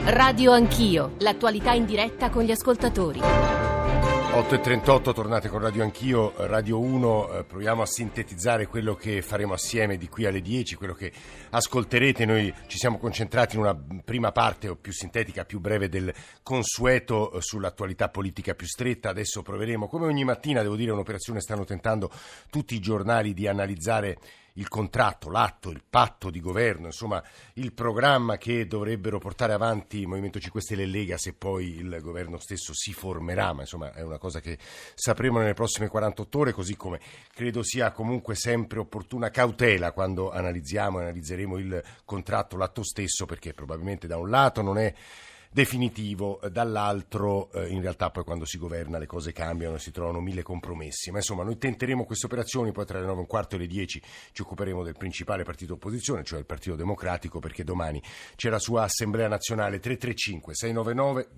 Radio Anch'io, l'attualità in diretta con gli ascoltatori. 8.38, tornate con Radio Anch'io, Radio 1, proviamo a sintetizzare quello che faremo assieme di qui alle 10, quello che ascolterete. Noi ci siamo concentrati in una prima parte più sintetica, più breve del consueto sull'attualità politica più stretta. Adesso proveremo, come ogni mattina, devo dire, un'operazione stanno tentando tutti i giornali di analizzare il contratto, l'atto, il patto di governo, insomma il programma che dovrebbero portare avanti il Movimento 5 Stelle e Lega se poi il governo stesso si formerà, ma insomma è una cosa che sapremo nelle prossime 48 ore, così come credo sia comunque sempre opportuna cautela quando analizzeremo il contratto, l'atto stesso, perché probabilmente da un lato non è definitivo, dall'altro in realtà poi quando si governa le cose cambiano e si trovano mille compromessi, ma insomma noi tenteremo queste operazioni, poi tra le 9:15 e le 10 ci occuperemo del principale partito opposizione, cioè il Partito Democratico, perché domani c'è la sua assemblea nazionale. 335 699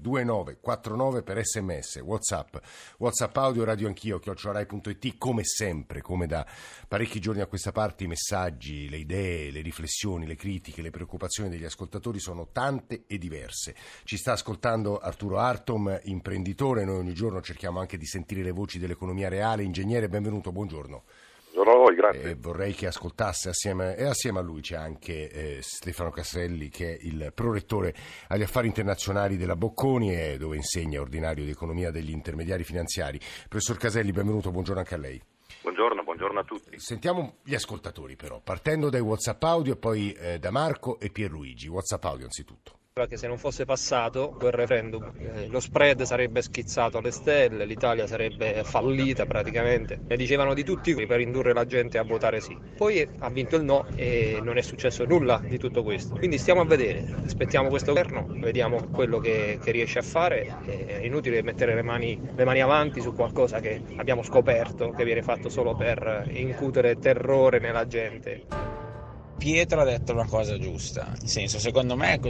2949 per SMS, WhatsApp audio, Radio Anch'io @rai.it. Come sempre, come da parecchi giorni a questa parte, i messaggi, le idee, le riflessioni, le critiche, le preoccupazioni degli ascoltatori sono tante e diverse. Ci sta ascoltando Arturo Artom, imprenditore. Noi ogni giorno cerchiamo anche di sentire le voci dell'economia reale. Ingegnere, benvenuto, buongiorno. Buongiorno a voi, grazie. Vorrei che ascoltasse assieme a lui c'è anche Stefano Caselli, che è il prorettore agli affari internazionali della Bocconi e dove insegna ordinario di economia degli intermediari finanziari. Professor Caselli, benvenuto, buongiorno anche a lei. Buongiorno a tutti. Sentiamo gli ascoltatori però, partendo dai WhatsApp audio e poi da Marco e Pierluigi. WhatsApp audio anzitutto. Che se non fosse passato quel referendum lo spread sarebbe schizzato alle stelle, l'Italia sarebbe fallita praticamente. Ne dicevano di tutti per indurre la gente a votare sì. Poi ha vinto il no e non è successo nulla di tutto questo. Quindi stiamo a vedere, aspettiamo questo governo, vediamo quello che riesce a fare. È inutile mettere le mani avanti su qualcosa che abbiamo scoperto che viene fatto solo per incutere terrore nella gente. Pietro ha detto una cosa giusta, nel senso, secondo me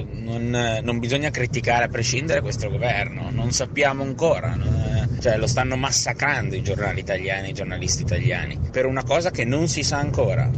non bisogna criticare a prescindere questo governo, non sappiamo ancora, cioè lo stanno massacrando i giornali italiani, i giornalisti italiani, per una cosa che non si sa ancora.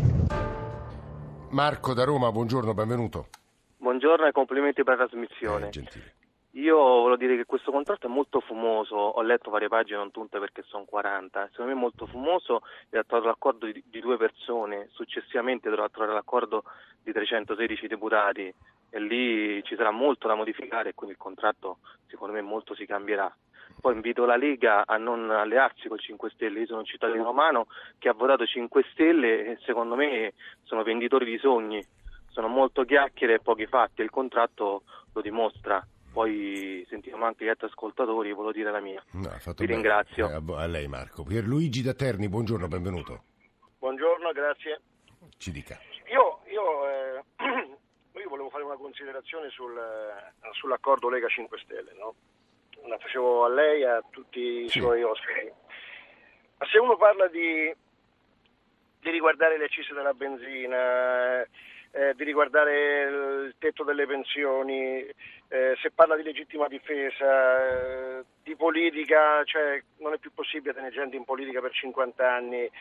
Marco da Roma, buongiorno, benvenuto. Buongiorno e complimenti per la trasmissione. Gentile. Io volevo dire che questo contratto è molto fumoso, ho letto varie pagine, non tutte perché sono 40, secondo me è molto fumoso e ha trovato l'accordo di due persone, successivamente dovrà trovare l'accordo di 316 deputati e lì ci sarà molto da modificare e quindi il contratto secondo me molto si cambierà. Poi invito la Lega a non allearsi col 5 Stelle, io sono un cittadino romano che ha votato 5 Stelle e secondo me sono venditori di sogni, sono molto chiacchiere e pochi fatti e il contratto lo dimostra. Poi sentiamo anche gli altri ascoltatori, volevo dire la mia. Vi ringrazio. A lei Marco. Pierluigi da Terni, buongiorno, benvenuto. Buongiorno, grazie. Ci dica. Io volevo fare una considerazione sull'accordo Lega 5 Stelle, no? La facevo a lei e a tutti i suoi ospiti. Ma se uno parla di riguardare le accise della benzina, di riguardare il tetto delle pensioni, se parla di legittima difesa, di politica, cioè non è più possibile tenere gente in politica per 50 anni,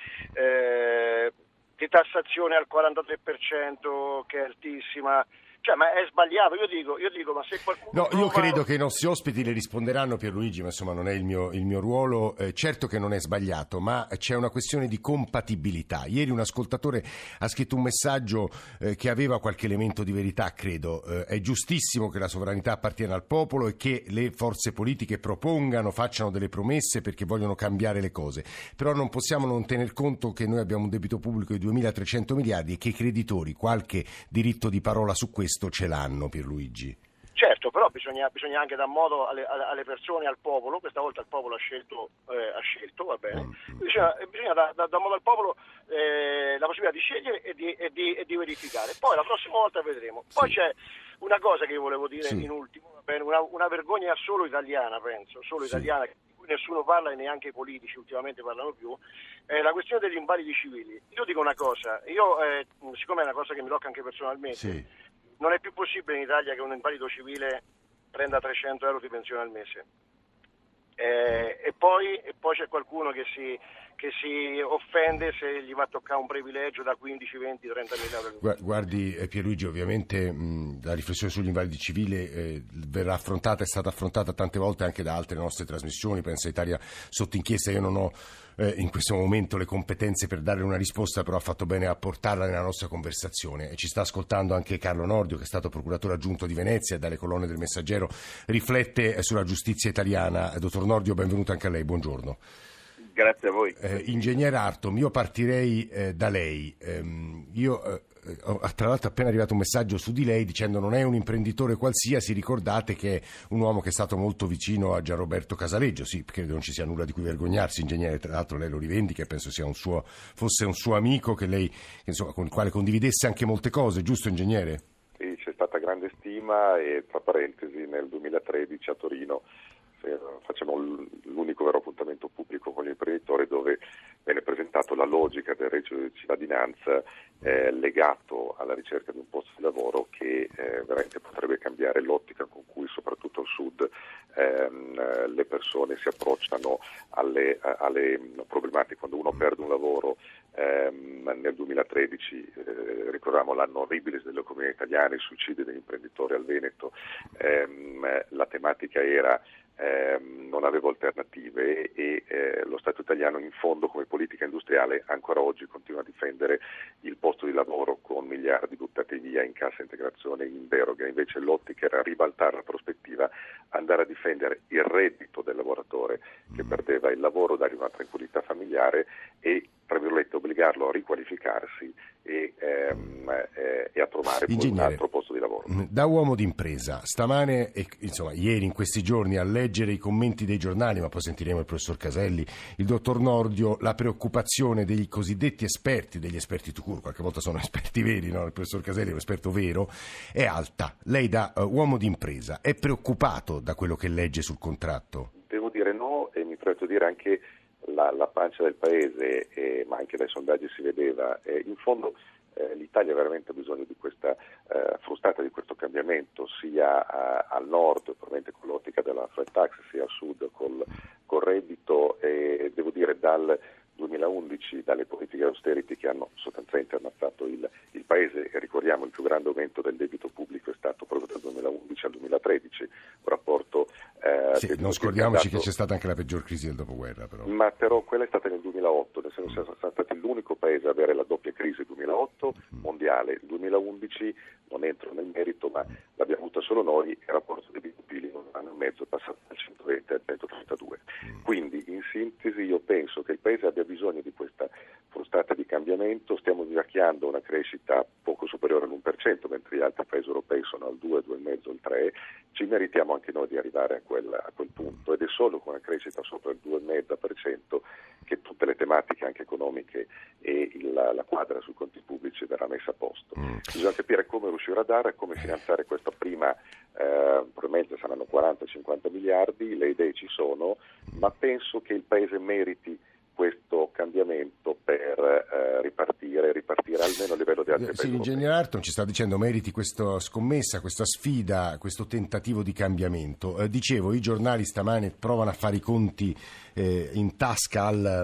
di tassazione al 43% che è altissima. Cioè, ma è sbagliato, io dico, ma se qualcuno... No, io credo che i nostri ospiti le risponderanno, Pierluigi, ma insomma non è il mio ruolo. Certo che non è sbagliato, ma c'è una questione di compatibilità. Ieri un ascoltatore ha scritto un messaggio che aveva qualche elemento di verità, credo. È giustissimo che la sovranità appartiene al popolo e che le forze politiche facciano delle promesse perché vogliono cambiare le cose. Però non possiamo non tener conto che noi abbiamo un debito pubblico di 2.300 miliardi e che i creditori qualche diritto di parola su questo ce l'hanno, Pierluigi. Certo, però bisogna anche dar modo alle persone, al popolo. Questa volta il popolo ha scelto, va bene. Bisogna dar modo al popolo la possibilità di scegliere e di verificare. Poi la prossima volta vedremo. Poi c'è una cosa che io volevo dire in ultimo, va bene? Una vergogna solo italiana, penso, italiana, di cui nessuno parla e neanche i politici ultimamente parlano più, la questione degli invalidi civili. Io dico una cosa, siccome è una cosa che mi tocca anche personalmente, non è più possibile in Italia che un invalido civile prenda 300 euro di pensione al mese. E poi c'è qualcuno che che si offende se gli va a toccare un privilegio da 15, 20, 30 mila euro. Guardi Pierluigi, ovviamente la riflessione sugli invalidi civili verrà affrontata, è stata affrontata tante volte anche da altre nostre trasmissioni, penso a Italia sotto inchiesta. Io non ho in questo momento le competenze per dare una risposta, però ha fatto bene a portarla nella nostra conversazione. E ci sta ascoltando anche Carlo Nordio, che è stato procuratore aggiunto di Venezia e dalle colonne del Messaggero riflette sulla giustizia italiana. Dottor Nordio, benvenuto anche a lei, buongiorno. Grazie a voi. Ingegnere Artom, io partirei da lei. Tra l'altro appena arrivato un messaggio su di lei dicendo non è un imprenditore qualsiasi, ricordate che è un uomo che è stato molto vicino a Gianroberto Casaleggio. Sì, credo non ci sia nulla di cui vergognarsi, ingegnere, tra l'altro lei lo rivendica e penso sia fosse un suo amico che lei, insomma, con il quale condividesse anche molte cose, giusto ingegnere? Sì, c'è stata grande stima e tra parentesi nel 2013 a Torino facciamo l'unico vero appuntamento pubblico con gli imprenditori dove viene presentato la logica del reddito di cittadinanza legato alla ricerca di un posto di lavoro che veramente potrebbe cambiare l'ottica con cui soprattutto al sud le persone si approcciano alle problematiche. Quando uno perde un lavoro nel 2013, ricordiamo l'anno orribile delle economie italiane, i suicidi degli imprenditori al Veneto, la tematica era non avevo alternative e lo Stato italiano in fondo come politica industriale ancora oggi continua a difendere il posto di lavoro con miliardi buttati via in cassa integrazione in deroga. Invece l'ottica era ribaltare la prospettiva, andare a difendere il reddito del lavoratore che perdeva il lavoro, dare una tranquillità familiare e tra virgolette obbligarlo a riqualificarsi e a trovare poi un altro posto di lavoro. Da uomo d'impresa, stamane e insomma ieri in questi giorni a leggere i commenti dei giornali, ma poi sentiremo il professor Caselli, il dottor Nordio, la preoccupazione dei cosiddetti esperti, degli esperti tout court, qualche volta sono esperti veri, no? Il professor Caselli è un esperto vero, è alta. Lei da uomo d'impresa è preoccupato da quello che legge sul contratto? Devo dire no, e mi permetto di dire anche la pancia del paese, ma anche dai sondaggi si vedeva, in fondo l'Italia veramente ha bisogno di questa frustata, di questo cambiamento, sia al nord, probabilmente con l'ottica della flat tax, sia al sud col reddito, e devo dire dal 2011, dalle politiche austerity che hanno sostanzialmente ammazzato il paese, e ricordiamo il più grande aumento del debito pubblico è stato proprio dal 2011 al 2013, un rapporto sì, non scordiamoci che c'è stata anche la peggior crisi del dopoguerra, ma però quella è stata nel 2008, nel senso siamo stati l'unico paese a avere la doppia crisi 2008 mondiale. Il 2011 non entro nel merito, ma l'abbiamo avuta solo noi, il rapporto debito-PIL in un anno e mezzo è passato dal 120 al 132. Quindi in sintesi io penso che il paese abbia bisogno di questa frustata di cambiamento. Stiamo invecchiando una crescita poco superiore all'1%, mentre gli altri paesi europei sono al 2, 2,5, il 3. Ci meritiamo anche noi di arrivare a quel punto, ed è solo con una crescita sopra il 2,5% che tutte le tematiche anche economiche e la quadra sui conti pubblici verrà messa a posto. Bisogna capire come riuscire a dare, come finanziare questa prima, probabilmente saranno 40-50 miliardi, le idee ci sono, ma penso che il paese meriti questo cambiamento per ripartire almeno a livello di altri paesi. Sì, l'ingegnere Artom ci sta dicendo meriti questa scommessa, questa sfida, questo tentativo di cambiamento. Dicevo, i giornali stamane provano a fare i conti in tasca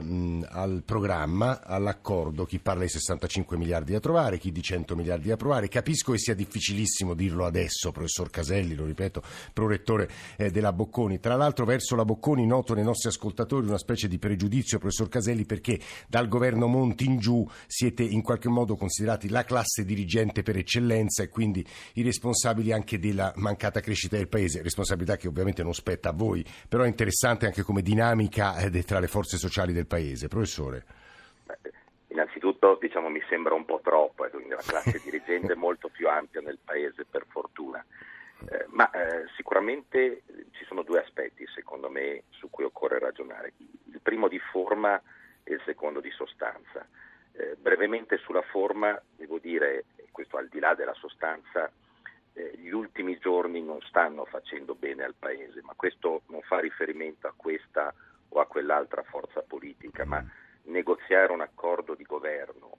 al programma, all'accordo, chi parla di 65 miliardi da trovare, chi di 100 miliardi da provare. Capisco che sia difficilissimo dirlo adesso, professor Caselli, lo ripeto, prorettore della Bocconi. Tra l'altro verso la Bocconi noto nei nostri ascoltatori una specie di pregiudizio, professor Caselli, perché dal governo Monti in giù siete in qualche modo considerati la classe dirigente per eccellenza e quindi i responsabili anche della mancata crescita del paese, responsabilità che ovviamente non spetta a voi, però è interessante anche come dinamica tra le forze sociali del paese. Professore. Innanzitutto mi sembra un po' troppo, quindi la classe dirigente è molto più ampia nel paese, per fortuna. Ma sicuramente ci sono due aspetti secondo me su cui occorre ragionare, il primo di forma e il secondo di sostanza. Brevemente sulla forma devo dire, questo al di là della sostanza, gli ultimi giorni non stanno facendo bene al paese, ma questo non fa riferimento a questa o a quell'altra forza politica, ma negoziare un accordo di governo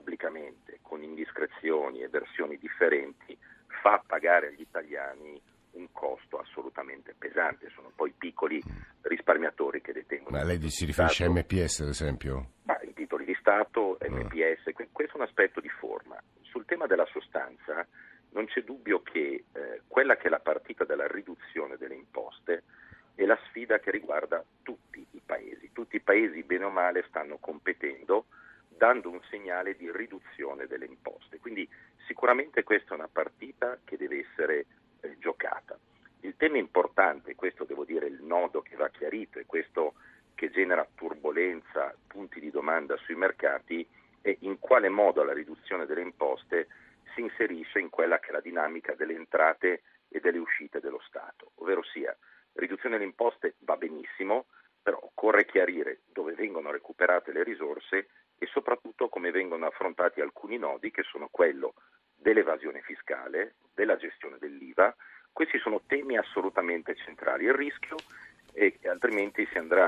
pubblicamente con indiscrezioni e versioni differenti fa pagare agli italiani un costo assolutamente pesante, sono poi piccoli risparmiatori che detengono. Ma lei si riferisce a MPS ad esempio? Ma in titoli di Stato, MPS, questo è un aspetto di forma. Sul tema della sostanza non c'è dubbio che quella che è la partita della riduzione delle imposte è la sfida che riguarda tutti i paesi. Tutti i paesi bene o male stanno competendo, dando un segnale di riduzione delle imposte. Quindi sicuramente questa è una partita che deve essere giocata. Il tema importante, questo devo dire il nodo che va chiarito e questo che genera turbolenza, punti di domanda sui mercati, è in quale modo la riduzione delle imposte si inserisce in quella che è la dinamica delle entrate e delle uscite dello Stato, ovvero sia riduzione delle imposte va benissimo, però occorre chiarire dove vengono recuperate le risorse e soprattutto come vengono affrontati alcuni nodi che sono quello dell'evasione fiscale, della gestione dell'IVA. Questi sono temi assolutamente centrali. Il rischio è che altrimenti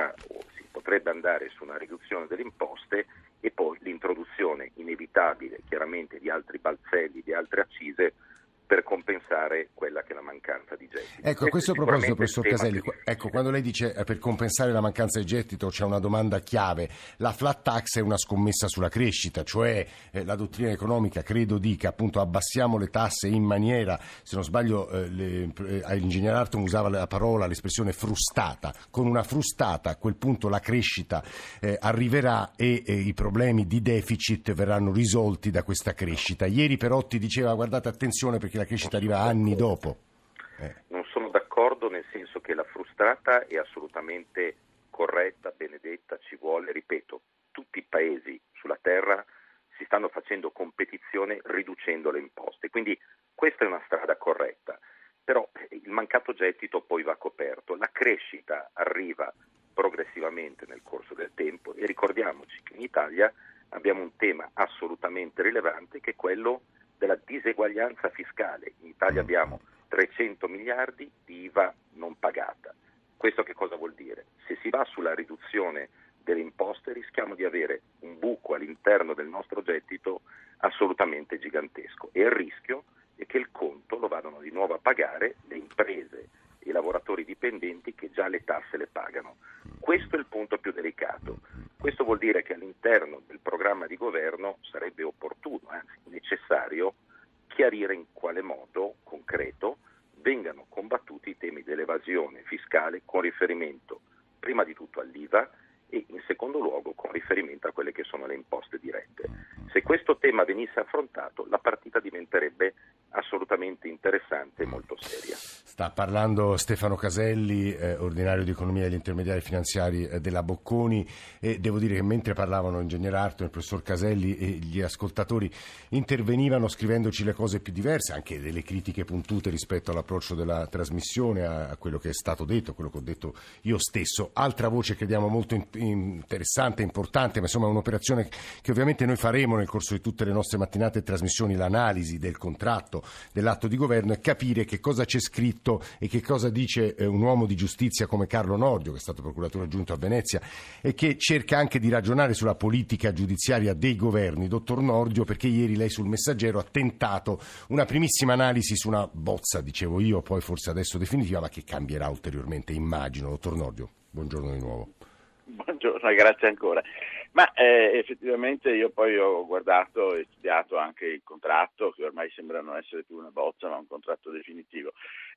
si potrebbe andare su una riduzione delle imposte e poi l'introduzione inevitabile chiaramente di altri balzelli, di altre accise per compensare quella che è la mancanza di gettito. Ecco, a questo proposito, professor Caselli, quando lei dice per compensare la mancanza di gettito c'è una domanda chiave. La flat tax è una scommessa sulla crescita, cioè la dottrina economica credo dica appunto abbassiamo le tasse in maniera, se non sbaglio l'ingegner Arton usava l'espressione frustata, con una frustata a quel punto la crescita arriverà e i problemi di deficit verranno risolti da questa crescita. Ieri Perotti diceva guardate attenzione perché la crescita arriva anni dopo. Non sono d'accordo, nel senso che la frustata è assolutamente corretta, benedetta, ci vuole, ripeto, tutti i paesi sulla terra si stanno facendo competizione riducendo le imposte, quindi questa è una strada corretta, però il mancato gettito poi va coperto, la crescita arriva progressivamente nel corso del tempo e ricordiamoci che in Italia abbiamo un tema assolutamente rilevante che è quello della diseguaglianza fiscale. In Italia abbiamo 300 miliardi di IVA non pagata. Questo che cosa vuol dire? Se si va sulla riduzione delle imposte rischiamo di avere un buco all'interno del nostro gettito assolutamente gigantesco e il rischio è che il conto lo vadano di nuovo a pagare le imprese e i lavoratori dipendenti che già le tasse le pagano. Questo è il punto più delicato. Questo vuol dire che all'interno del programma di governo sarebbe opportuno, anzi necessario, chiarire in quale modo concreto vengano combattuti i temi dell'evasione fiscale con riferimento prima di tutto all'IVA e in secondo luogo con riferimento a quelle che sono le imposte dirette. Se questo tema venisse affrontato, la partita diventerebbe assolutamente interessante e molto seria. Sta parlando Stefano Caselli, ordinario di economia degli intermediari finanziari della Bocconi, e devo dire che mentre parlavano l'ingegner Arton, il professor Caselli e gli ascoltatori intervenivano scrivendoci le cose più diverse, anche delle critiche puntute rispetto all'approccio della trasmissione, a quello che è stato detto, a quello che ho detto io stesso. Altra voce crediamo molto interessante, importante, ma insomma è un'operazione che ovviamente noi faremo nel corso di tutte le nostre mattinate e trasmissioni, l'analisi del contratto, dell'atto di governo e capire che cosa c'è scritto e che cosa dice un uomo di giustizia come Carlo Nordio, che è stato procuratore aggiunto a Venezia e che cerca anche di ragionare sulla politica giudiziaria dei governi. Dottor Nordio, perché ieri lei sul Messaggero ha tentato una primissima analisi su una bozza, dicevo io, poi forse adesso definitiva, ma che cambierà ulteriormente, immagino. Dottor Nordio, buongiorno di nuovo. Buongiorno, grazie ancora. Ma effettivamente io poi ho guardato e studiato anche il contratto, che ormai sembra non essere più una bozza ma un contratto definitivo.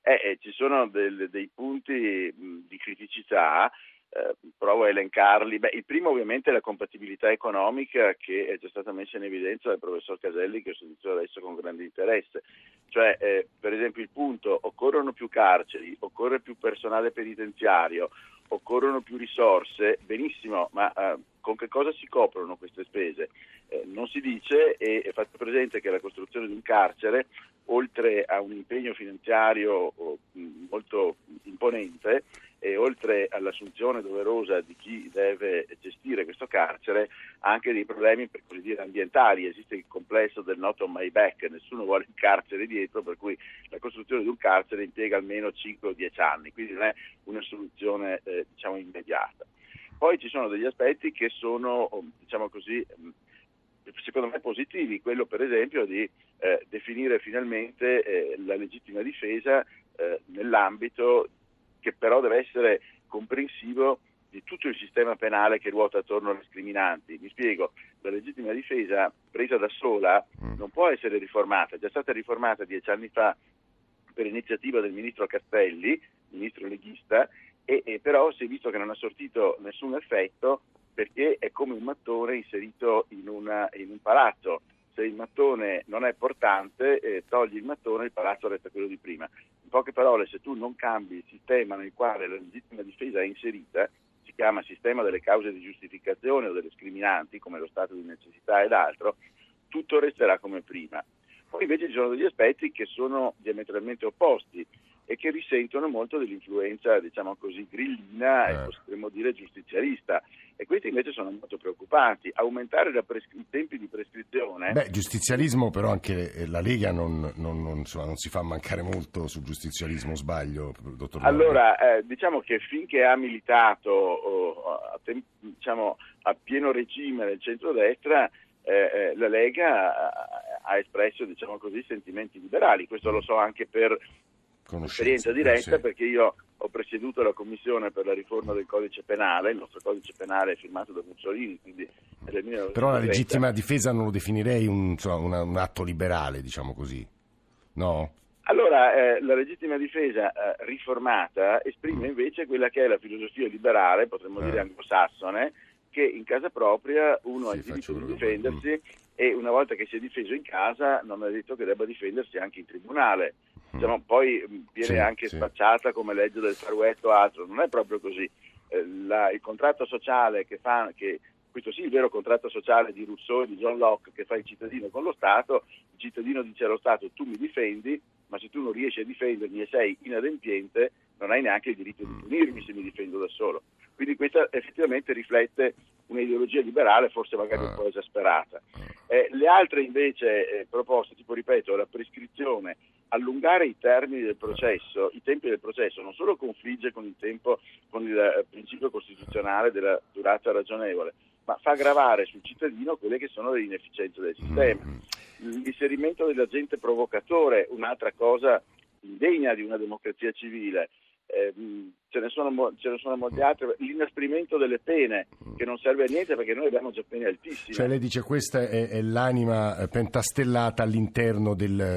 Ci sono dei punti di criticità, provo a elencarli. Il primo ovviamente è la compatibilità economica, che è già stata messa in evidenza dal professor Caselli, che ho sentito adesso con grande interesse. Cioè, per esempio il punto, occorrono più carceri, occorre più personale penitenziario, occorrono più risorse, benissimo, ma con che cosa si coprono queste spese? Non si dice, e faccio presente che la costruzione di un carcere, oltre a un impegno finanziario molto imponente e oltre all'assunzione doverosa di chi deve gestire questo carcere, ha anche dei problemi, per così dire, ambientali. Esiste il complesso del not on my back, nessuno vuole il carcere dietro, per cui la costruzione di un carcere impiega almeno 5 o 10 anni, quindi non è una soluzione immediata. Poi ci sono degli aspetti che sono, diciamo così, secondo me positivi, quello per esempio di definire finalmente la legittima difesa nell'ambito che però deve essere comprensivo di tutto il sistema penale che ruota attorno alle scriminanti. Mi spiego, la legittima difesa presa da sola non può essere riformata, è già stata riformata 10 anni fa per iniziativa del ministro Castelli, ministro leghista, e però si è visto che non ha sortito nessun effetto perché è come un mattone inserito in un palazzo. Se il mattone non è portante, togli il mattone, il palazzo resta quello di prima. In poche parole, se tu non cambi il sistema nel quale la legittima difesa è inserita, si chiama sistema delle cause di giustificazione o delle scriminanti, come lo stato di necessità ed altro, tutto resterà come prima. Poi invece ci sono degli aspetti che sono diametralmente opposti e che risentono molto dell'influenza, diciamo così, grillina e potremmo dire giustizialista. E questi invece sono molto preoccupanti. Aumentare i tempi di prescrizione... giustizialismo, però anche la Lega non si fa mancare molto sul giustizialismo, sbaglio, dottor Nordio? Allora, diciamo che finché ha militato a pieno regime nel centrodestra, la Lega ha espresso, diciamo così, sentimenti liberali. Questo lo so anche per esperienza diretta, perché io ho presieduto la commissione per la riforma del codice penale. Il nostro codice penale è firmato da Mussolini, quindi nel 1930. Però la legittima difesa non lo definirei un atto liberale, diciamo così, no? Allora, la legittima difesa riformata esprime invece quella che è la filosofia liberale, potremmo dire anglosassone, che in casa propria uno ha il diritto di difendersi e una volta che si è difeso in casa non è detto che debba difendersi anche in tribunale. Diciamo, poi viene anche spacciata come legge del Far West o altro, non è proprio così. Il contratto sociale questo sì, il vero contratto sociale di Rousseau e di John Locke che fa il cittadino con lo Stato, il cittadino dice allo Stato: tu mi difendi, ma se tu non riesci a difendermi e sei inadempiente non hai neanche il diritto di punirmi se mi difendo da solo. Quindi questa effettivamente riflette un'ideologia liberale, forse magari un po' esasperata. Le altre invece proposte, tipo ripeto, la prescrizione, allungare i termini del processo, i tempi del processo, non solo confligge con il principio costituzionale della durata ragionevole, ma fa gravare sul cittadino quelle che sono le inefficienze del sistema. L'inserimento dell'agente provocatore, un'altra cosa indegna di una democrazia civile. Ce ne sono molti altri. L'inasprimento delle pene, che non serve a niente perché noi abbiamo già pene altissime. Cioè lei dice questa è l'anima pentastellata all'interno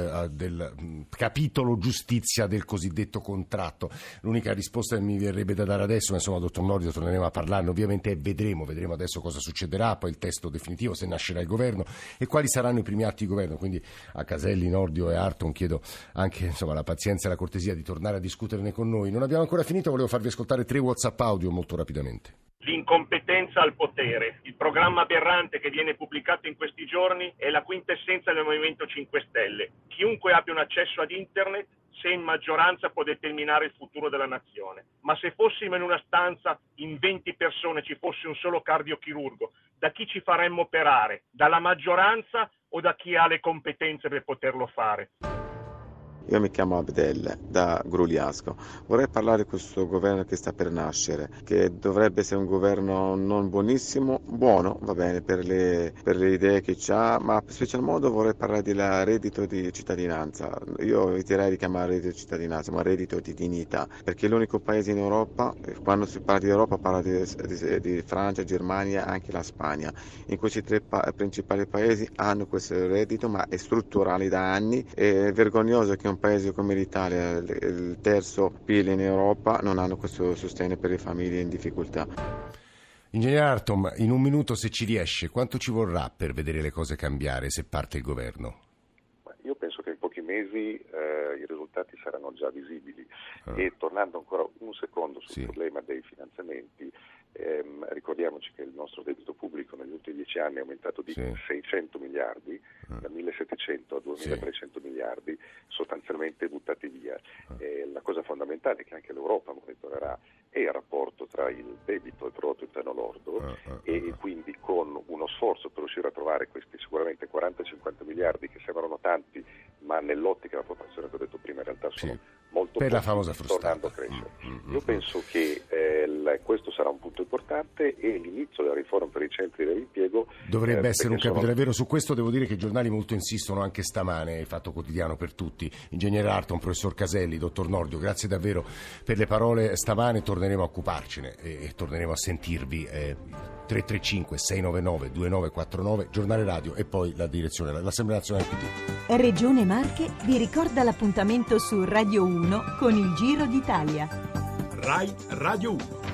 del capitolo giustizia del cosiddetto contratto. L'unica risposta che mi verrebbe da dare adesso, ma insomma, dottor Nordio, torneremo a parlarne ovviamente, è vedremo adesso cosa succederà, poi il testo definitivo, se nascerà il governo e quali saranno i primi atti di governo. Quindi a Caselli, Nordio e Arton chiedo anche la pazienza e la cortesia di tornare a discuterne con noi. Non abbiamo ancora finito, volevo farvi ascoltare 3 WhatsApp audio molto rapidamente. L'incompetenza al potere. Il programma aberrante che viene pubblicato in questi giorni è la quintessenza del Movimento 5 Stelle. Chiunque abbia un accesso ad internet, se in maggioranza, può determinare il futuro della nazione. Ma se fossimo in una stanza, in 20 persone, ci fosse un solo cardiochirurgo, da chi ci faremmo operare? Dalla maggioranza o da chi ha le competenze per poterlo fare? Io mi chiamo Abdel, da Grugliasco. Vorrei parlare di questo governo che sta per nascere, che dovrebbe essere un governo non buonissimo, buono, va bene, per le idee che ha, ma in special modo vorrei parlare del reddito di cittadinanza. Io eviterei di chiamare reddito di cittadinanza, ma reddito di dignità, perché è l'unico paese in Europa, quando si parla di Europa parla di Francia, Germania, anche la Spagna. In questi 3 principali paesi hanno questo reddito, ma è strutturale da anni. È vergognoso che un paese come l'Italia, il terzo PIL in Europa, non hanno questo sostegno per le famiglie in difficoltà. Ingegnere Arton, in un minuto, se ci riesce, quanto ci vorrà per vedere le cose cambiare se parte il governo? Io penso che in pochi mesi i risultati saranno già visibili. E tornando ancora un secondo sul problema dei finanziamenti, ricordiamoci che il nostro debito pubblico negli ultimi 10 anni è aumentato di 600 miliardi, da 1.700 a 2.300 miliardi sostanzialmente buttati via. La cosa fondamentale che anche l'Europa monitorerà è il rapporto tra il debito e il prodotto interno lordo e quindi con uno sforzo per riuscire a trovare questi sicuramente 40-50 miliardi che sembrano tanti, ma nell'ottica della proporzione che ho detto prima in realtà sono molto per pochi, la famosa frustata. tornando a crescere. Io penso che questo sarà un punto importante, e l'inizio della riforma per i centri dell'impiego dovrebbe essere un capitolo. È vero, su questo devo dire che i giornali molto insistono, anche stamane, il Fatto Quotidiano per tutti, Ingegner Arton, professor Caselli, dottor Nordio, grazie davvero per le parole stamane, torneremo a occuparcene e torneremo a sentirvi. 335 699 2949, giornale radio e poi la direzione, l'Assemblea Nazionale PD. Regione Marche vi ricorda l'appuntamento su Radio 1 con il Giro d'Italia. Rai Radio 1.